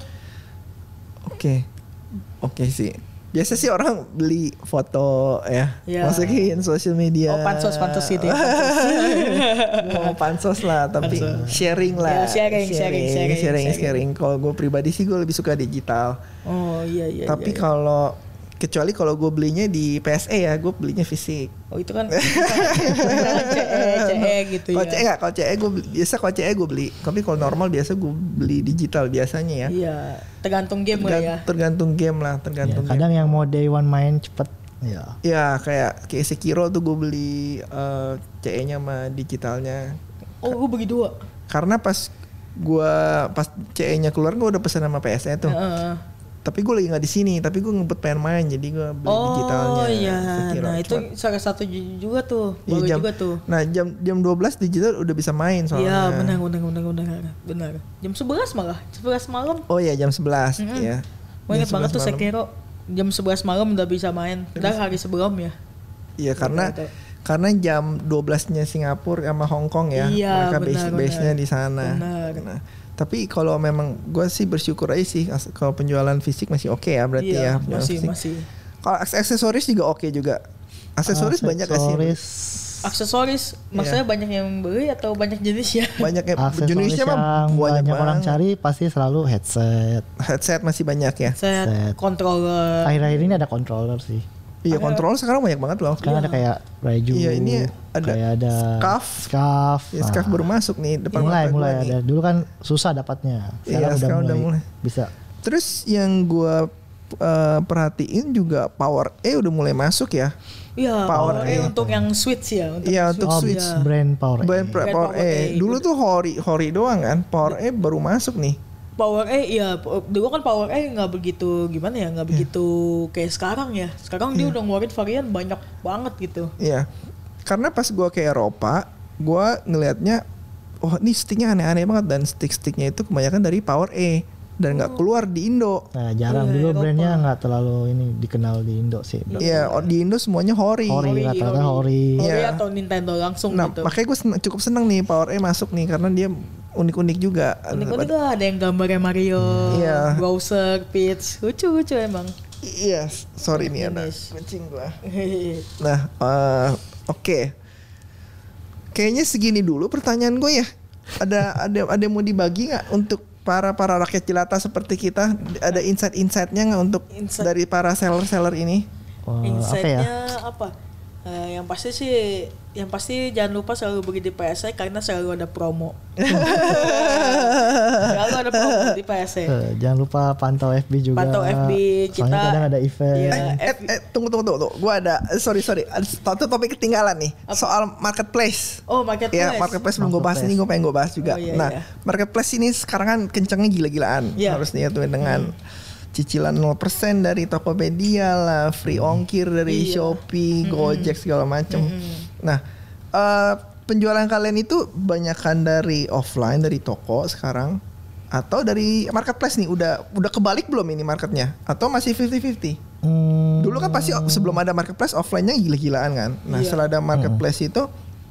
Oke, oke sih. Biasa sih orang beli foto ya, Ya. masukin sosial media. Oh pansos pansos gitu ya. Pansos. Mau pansos lah, tapi Pansos. sharing lah. Ya, sharing, sharing, sharing, sharing, sharing. sharing. Kalau gue pribadi sih gue lebih suka digital. Oh iya iya. Tapi iya, iya. kalau kecuali kalau gue belinya di P S E ya, gue belinya fisik. Oh itu kan C E C E gitu Kalau ya. C E nggak, kalau C E gue biasa kalau C E gue beli. Tapi kalau normal biasa gue beli digital biasanya ya. Iya, tergantung game lah Tergan- ya. Tergantung game lah, Ya, tergantung. kadang yang mau day one main cepet. Ya. Ya kayak kayak Sekiro tuh gue beli eh, C E-nya sama digitalnya. Oh gue bagi dua. Karena pas gua pas C E-nya keluar gue udah pesan sama P S E tuh. Heeh. Tapi gue lagi nggak di sini, tapi gue ngebet pengen main jadi gue beli Oh digitalnya. iya, Sekiro. nah itu Cuman- salah satu ju- juga tuh, Iya, bagus jam, juga tuh. Nah jam jam dua belas digital udah bisa main soalnya. Iya benar benar benar benar benar. Jam sebelas malah, sebelas malam. Oh iya jam sebelas Mm-mm. ya. Gue inget Jam banget tuh sebelas malam. Sekiro jam sebelas malam udah bisa main. Udah hari sebelum ya. Iya karena Gitu. Karena jam dua belasnya Singapura sama Hong Kong ya, Iya, mereka benar, base benar. base-nya di sana. Benar. Nah, tapi kalau memang gue sih bersyukur aja sih as- kalau penjualan fisik masih oke ya berarti Iya, ya. penjualan masih fisik. masih. Kalau aks- aksesoris juga oke juga. Aksesoris banyak gak sih? Aksesoris Aksesoris, maksudnya banyak yang beli atau banyak jenisnya? Banyak ya. aksesoris Jenisnya mah yang banyak banyak orang banget. cari pasti selalu headset. Headset masih banyak ya. Set, Set. controller. Akhir-akhir ini ada controller sih. Iya, kontrol sekarang banyak banget loh. Sekarang ada kayak Raiju. Iya, ini ada kayak ada scarf. Scarf. Ya, scarf Nah, baru masuk nih depan mulai mata gua mulai nih. ada. Dulu kan susah dapatnya. Sekarang, Iya, udah, sekarang mulai udah mulai. bisa. Terus yang gua uh, perhatiin juga Power E udah mulai masuk ya. Iya, Power Power E E. untuk yang switch ya, untuk Iya, switch. untuk Oh, switch. Iya. brand Power. Brand E. Power, Brand Power E. E Dulu gitu. tuh Hori Hori doang kan. Power E baru masuk nih. Power E iya, dulu kan Power E nggak begitu gimana ya, nggak begitu kayak sekarang ya. Sekarang dia udah ngeluarin varian banyak banget gitu. Iya. Karena pas gua ke Eropa, gua ngelihatnya oh ini sticknya aneh-aneh banget dan stick-sticknya itu kebanyakan dari Power E dan nggak keluar di Indo. Nah, jarang Iya, dulu Eropa. brandnya nggak terlalu ini dikenal di Indo sih. bro. Iya, oh, di Indo semuanya Hori. Hori, rata-rata Hori. Hori Iya. atau Nintendo langsung Nah, gitu. makanya gue cukup seneng nih Power E masuk nih karena dia unik-unik juga. Unik-unik lah, ada yang gambarnya Mario, Iya. Bowser, Peach, lucu-lucu emang. Iya, sorry nih ada Jenis. kucing gua. Nah, eh, oke. Kayaknya segini dulu pertanyaan gue ya. Ada ada ada yang mau dibagi nggak untuk para para rakyat jelata seperti kita? Ada insight-insightnya nggak untuk Insight. dari para seller-seller ini? Oh, apa ya? Insight-nya apa? Eh, yang pasti sih, yang pasti jangan lupa selalu beli di P S E karena selalu ada promo. Selalu ada promo di P S E. Eh, jangan lupa pantau F B juga. Pantau F B kita. Soalnya kadang ada event. Iya. Eh, eh, eh, tunggu tunggu tunggu, tunggu. Gua ada sorry sorry, ada satu topik ketinggalan nih soal marketplace. Oh, marketplace. Ya, marketplace belum gue bahas ini, gue pengen gue bahas juga. Oh, iya, nah, iya. marketplace ini sekarang kan kencangnya gila-gilaan. Iya. Harus dihitung dengan cicilan nol persen dari Tokopedia lah, free ongkir dari Iya. Shopee, Gojek segala macem. Nah, eh, penjualan kalian itu banyakan dari offline, dari toko sekarang atau dari marketplace nih? Udah udah kebalik belum ini marketnya? Atau masih fifty fifty? Hmm, Dulu kan pasti o- sebelum ada marketplace offline-nya gila-gilaan kan. Nah, Iya. setelah ada marketplace itu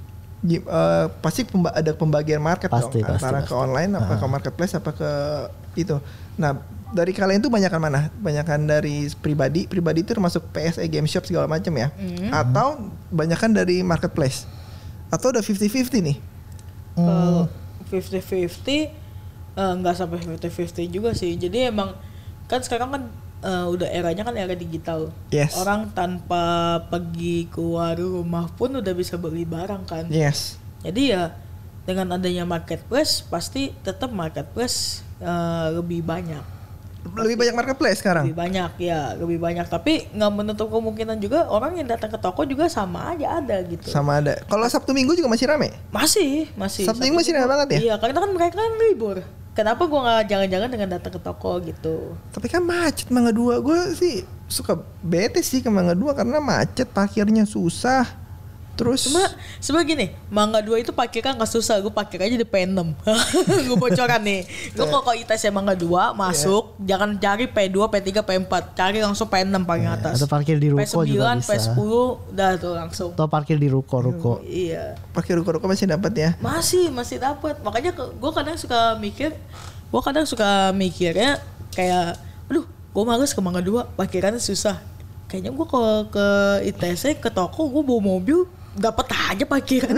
gi- eh, pasti pemba- ada pembagian market Pasti, dong pasti, antara ke pasti. online apa ke marketplace apa ke itu. Nah, dari kalian itu banyakan mana? Banyakan dari pribadi, pribadi itu termasuk P S E, game shop segala macam ya? Atau banyakan dari marketplace? Atau udah fifty fifty nih? Kalau fifty fifty eh, nggak sampai fifty fifty juga sih. Jadi emang kan sekarang kan eh, udah eranya kan era digital. Yes. Orang tanpa pergi keluar rumah pun udah bisa beli barang kan. Yes. Jadi ya dengan adanya marketplace pasti tetap marketplace eh, lebih banyak. Lebih banyak marketplace sekarang? Lebih banyak ya, lebih banyak. Tapi nggak menutup kemungkinan juga orang yang datang ke toko juga sama aja ada gitu. Sama ada. Kalau Sabtu Minggu juga masih rame? Masih, masih. Sabtu Minggu masih rame banget ya? Iya, karena kan mereka kan libur. Kenapa gua nggak jangan-jangan dengan datang ke toko gitu? Tapi kan macet Mangga Dua. Gue sih suka bete sih ke Mangga Dua karena macet, parkirnya susah. Terus Cuma sebenarnya gini, Mangga Dua itu parkirnya nggak susah, gue parkir aja di P enam. Gue bocoran nih. Gue kalau ke I T S Mangga Dua masuk, jangan cari P dua, P tiga, P empat, cari langsung P enam paling atas. atau parkir di ruko P sembilan, juga P bisa. sepuluh, udah tuh langsung. Atau parkir di ruko-ruko. Iya. parkir ruko-ruko masih dapat ya? Masih, masih dapat. Makanya gue kadang suka mikir, gue kadang suka mikirnya kayak, aduh, gue males ke Mangga Dua, parkirannya susah. Kayaknya gue ke ke I T S ke toko, gue bawa mobil, dapat aja parkiran.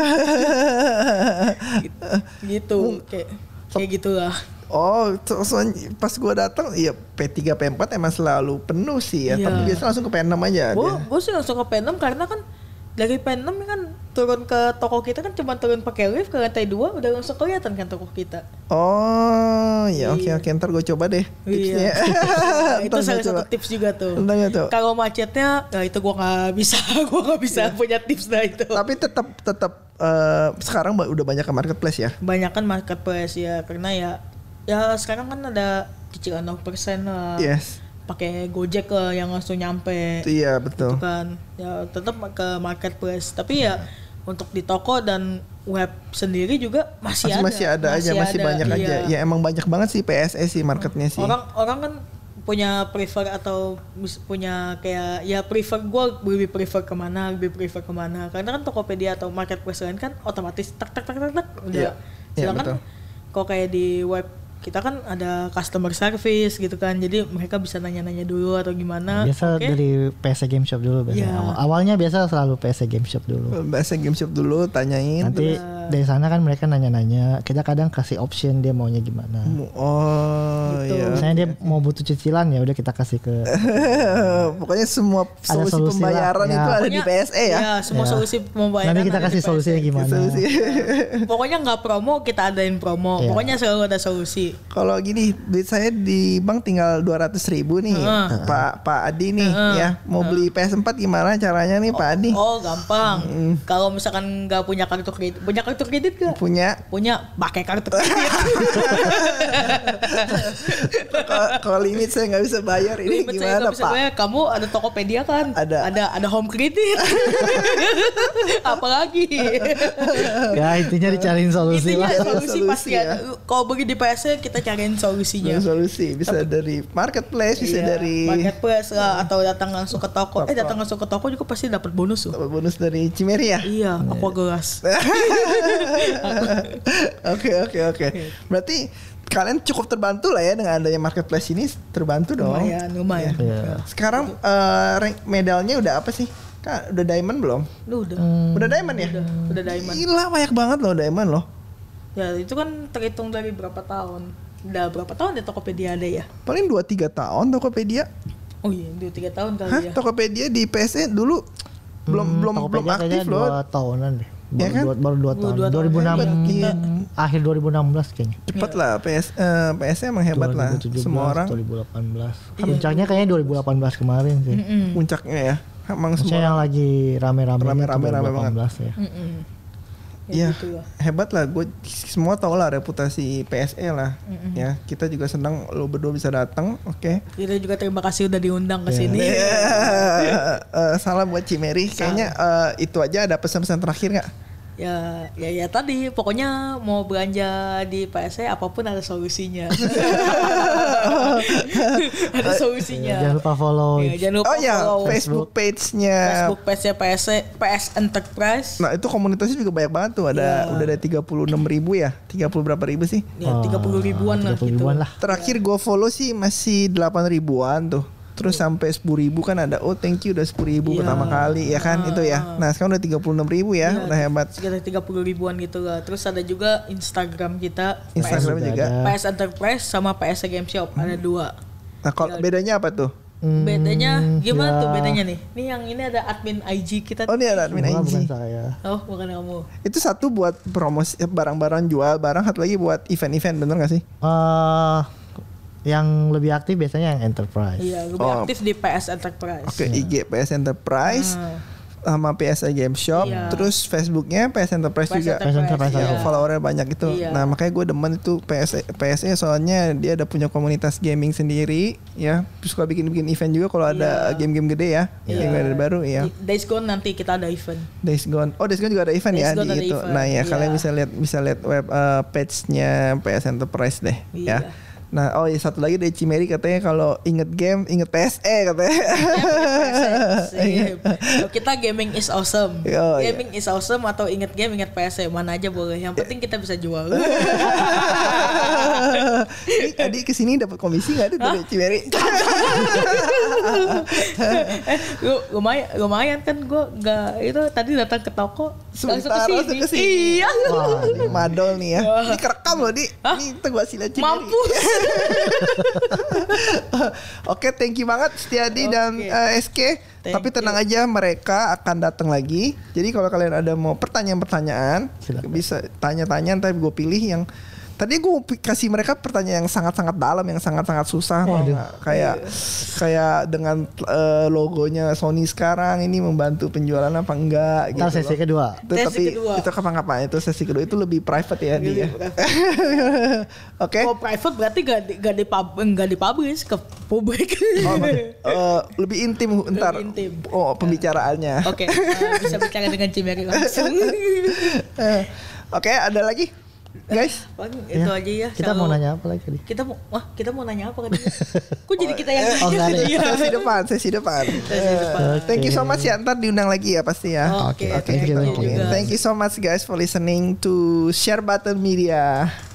gitu, gitu. kayak kayak gitulah. Oh, so- so- pas gue datang, ya P tiga P empat emang selalu penuh sih ya. Iya. Tapi biasa langsung ke P enam aja. Gue dia. gue sih langsung ke P enam karena kan dari P enam kan turun ke toko kita kan cuma turun pakai lift ke lantai dua udah langsung kelihatan kan toko kita. Oh, ya oke Iya. oke ntar gue coba deh tipsnya. Iya. Itu Ntar salah gua satu coba. tips juga tuh. Ntar gua coba. Kalau macetnya, nah itu gua nggak bisa, gua nggak bisa punya tips dah itu. Tapi tetap tetap eh, sekarang ba- udah banyak ke marketplace ya. Banyak kan marketplace ya, karena ya, ya sekarang kan ada cicilan nol persen lah. Yes. Pakai Gojek lah yang langsung nyampe. Iya betul. Gitu kan. Ya tetap ke marketplace. Tapi ya untuk di toko dan web sendiri juga masih, Masih ada. masih ada aja, masih ada, banyak iya. aja. Ya emang banyak banget sih P S E sih marketnya sih. Orang orang kan punya prefer atau mis- punya kayak ya prefer gue lebih prefer kemana lebih prefer kemana karena kan Tokopedia atau marketplace lain kan otomatis tak tak tak tak tak udah. Iya. Iya, Sedangkan kalau kayak di web kita kan ada customer service gitu kan, jadi mereka bisa nanya-nanya dulu atau gimana. Biasa Oke. dari P S Game Shop dulu biasanya. Iya. Awal- awalnya biasa selalu P S Game Shop dulu. Bahasa game shop dulu tanyain. Nanti dari sana kan mereka nanya-nanya, kita kadang kasih option dia maunya gimana. Oh Gitu. iya. Misalnya dia mau butuh cicilan ya udah kita kasih ke Pokoknya semua Ada solusi, solusi pembayaran lah, itu ya. ada di P S E ya. Ya, semua Ya. solusi pembayaran. nanti kita ada kasih di P S E. solusinya gimana. Solusi. Pokoknya nggak promo kita adain promo. Iya. Pokoknya selalu ada solusi. Kalau gini, duit saya di bank tinggal dua ratus ribu nih, Heeh. Pak Pak Adi nih, Heeh. ya mau beli P S empat gimana caranya nih Pak Adi? Oh gampang. Kalau misalkan nggak punya kartu kredit, punya kartu kredit nggak? Punya. Punya, pakai kartu kredit. Kalau- Kalau limit saya nggak bisa bayar ini Limit saya gimana nggak bisa Pak? bayar. Kamu ada Tokopedia kan? Ada. Ada ada home kredit. Apalagi? Ya intinya dicariin solusi Intinya lah. solusi, Solusi pasti ya. ada. Kalau beli di P S E kita cariin solusinya. Ada solusi bisa dari marketplace, bisa Iya, dari marketplace lah atau datang langsung ke toko. Eh datang langsung ke toko juga pasti dapat bonus tuh. dapat bonus dari Cimeri ya. Iya, aqua gelas. Oke oke oke. Berarti kalian cukup terbantu lah ya dengan adanya marketplace ini, terbantu dong. Lumayan, lumayan. Iya. Sekarang eh, rank medalnya udah apa sih? Kak, udah diamond belum? Lu udah. Udah diamond ya? Udah, udah diamond. Gila banyak banget loh diamond loh. Ya itu kan terhitung dari berapa tahun. Udah berapa tahun ya Tokopedia ada ya? Paling dua tiga tahun Tokopedia. Oh iya, dua tiga tahun kali Hah? ya. Tokopedia di P S E dulu belum Hmm, belum belum Tokopedia aktif kayaknya loh. dua tahunan deh. Ya Baru, kan? dua, baru dua Baru tahun. dua tahun. dua ribu enam Hebat, iya. akhir dua ribu enam belas kayaknya. Cepet lah P S eh, P S E emang hebat lah. dua ribu tujuh belas, Semua orang dua ribu delapan belas. Puncaknya kayaknya dua ribu delapan belas kemarin sih. Mm-mm. puncaknya ya. Emang semua Maksudnya yang lagi rame-rame Rame-rame, rame dua ribu delapan belas ya. Mm-mm. Iya, gitu lah. hebat lah. Gue semua tau lah reputasi P S E lah. Ya, kita juga senang lo berdua bisa datang. Oke. Kita juga terima kasih udah diundang ke Iya. sini. Eh, salam buat Cimeri. Kayaknya eh, itu aja. Ada pesan-pesan terakhir nggak? Ya, ya, ya tadi pokoknya mau belanja di P S E apapun ada solusinya. Ada solusinya. Jangan lupa follow. Ya, jangan lupa Oh ya, follow Facebook page-nya. Facebook page-nya P S E, P S Enterprise. Nah itu komunitasnya juga banyak banget tuh. Ada Iya. udah ada tiga puluh enam ribu ya. tiga puluh berapa ribu sih? Ya, tiga puluh ribuan lah tiga puluh gitu. ribuan lah. Terakhir gue follow sih masih delapan ribuan tuh. Terus sampai sepuluh ribu kan ada. Oh thank you udah sepuluh ribu Iya. pertama kali ya kan itu ya. Nah sekarang udah tiga puluh enam ribu ya. Iya, Udah hebat. Sekitar tiga puluh ribuan gitu lah. Terus ada juga Instagram kita Instagram juga juga. ada. P S Enterprise sama P S Game Shop ada dua. Nah kalau bedanya apa tuh? Hmm, Bedanya gimana ya. tuh bedanya nih? Nih yang ini ada admin I G kita. Oh ini ada admin Bukan, I G. bukan saya. Oh, bukan kamu. Itu satu buat promosi eh, barang-barang jual barang, satu lagi buat event-event, bener gak sih? Eh, yang lebih aktif biasanya yang enterprise. Iya, lebih Oh. aktif di P S Enterprise. Oke, I G P S Enterprise Ah. sama P S A Game Shop, Iya. terus Facebooknya P S Enterprise P S juga. P S Enterprise iya. Yang followernya banyak itu. Iya. Nah makanya gue demen itu P S E, P S E soalnya dia ada punya komunitas gaming sendiri, ya. Terus suka bikin-bikin event juga kalau ada Iya. game-game gede ya, Iya. game baru ya. Di Days Gone nanti kita ada event. Days Gone. Oh Days Gone juga ada event Days ya Gone di ada itu. event, Nah ya iya. kalian bisa lihat bisa lihat web eh, page-nya P S Enterprise deh, Iya. ya. Nah, oh ya satu lagi dari Cimeri katanya kalau inget game, inget P S E katanya. Sip. Kita gaming is awesome. Oh, iya. Gaming is awesome atau inget game inget P S E mana aja boleh. Yang penting kita bisa jual. Ini tadi kesini dapat komisi nggak ada dari Cimeri? eh, lu- lumayan, lumayan kan gue nggak itu tadi datang ke toko Sebentar langsung langsung kesini. Iya. Wah, ini madol nih ya. Ini kerekam loh, Di. Hah? Ini kita gua sila Cimeri. Mampus. Oke, thank you banget Setiadi dan Oke. eh, S K. Thank Tapi tenang aja, mereka akan datang lagi. Jadi kalau kalian ada mau pertanyaan-pertanyaan, Silakan. bisa tanya-tanya. Ntar gue pilih yang tadi gue kasih mereka pertanyaan yang sangat-sangat dalam, yang sangat-sangat susah. tau Waduh. nggak? Kayak kayak dengan eh, logonya Sony sekarang ini membantu penjualan apa enggak? Ntar gitu sesi loh. kedua. Itu, Sesi tapi kedua. itu kapan-kapan itu sesi kedua itu lebih private ya Lebih dia. private. Oke. Kalau private berarti gak di, gak di pub, gak dipublish ke publik. Oh, eh, lebih intim ntar. Lebih intim. Oh, pembicaraannya. Oke, eh, bisa bicara dengan Cimeri langsung. Eh, Oke, ada lagi? guys. Paling itu Ya, aja ya. Kita Selalu- mau nanya apa lagi tadi? Kita mau wah, kita mau nanya apa kan? Kok jadi kita yang Oh, nggak ada. Iya. Sesi depan, sesi depan. Sesi depan. Eh, Thank you so much ya. Ntar diundang lagi ya pasti ya. Oke, Oke, thank you thank you juga. Thank you so much guys for listening to Share Button Media.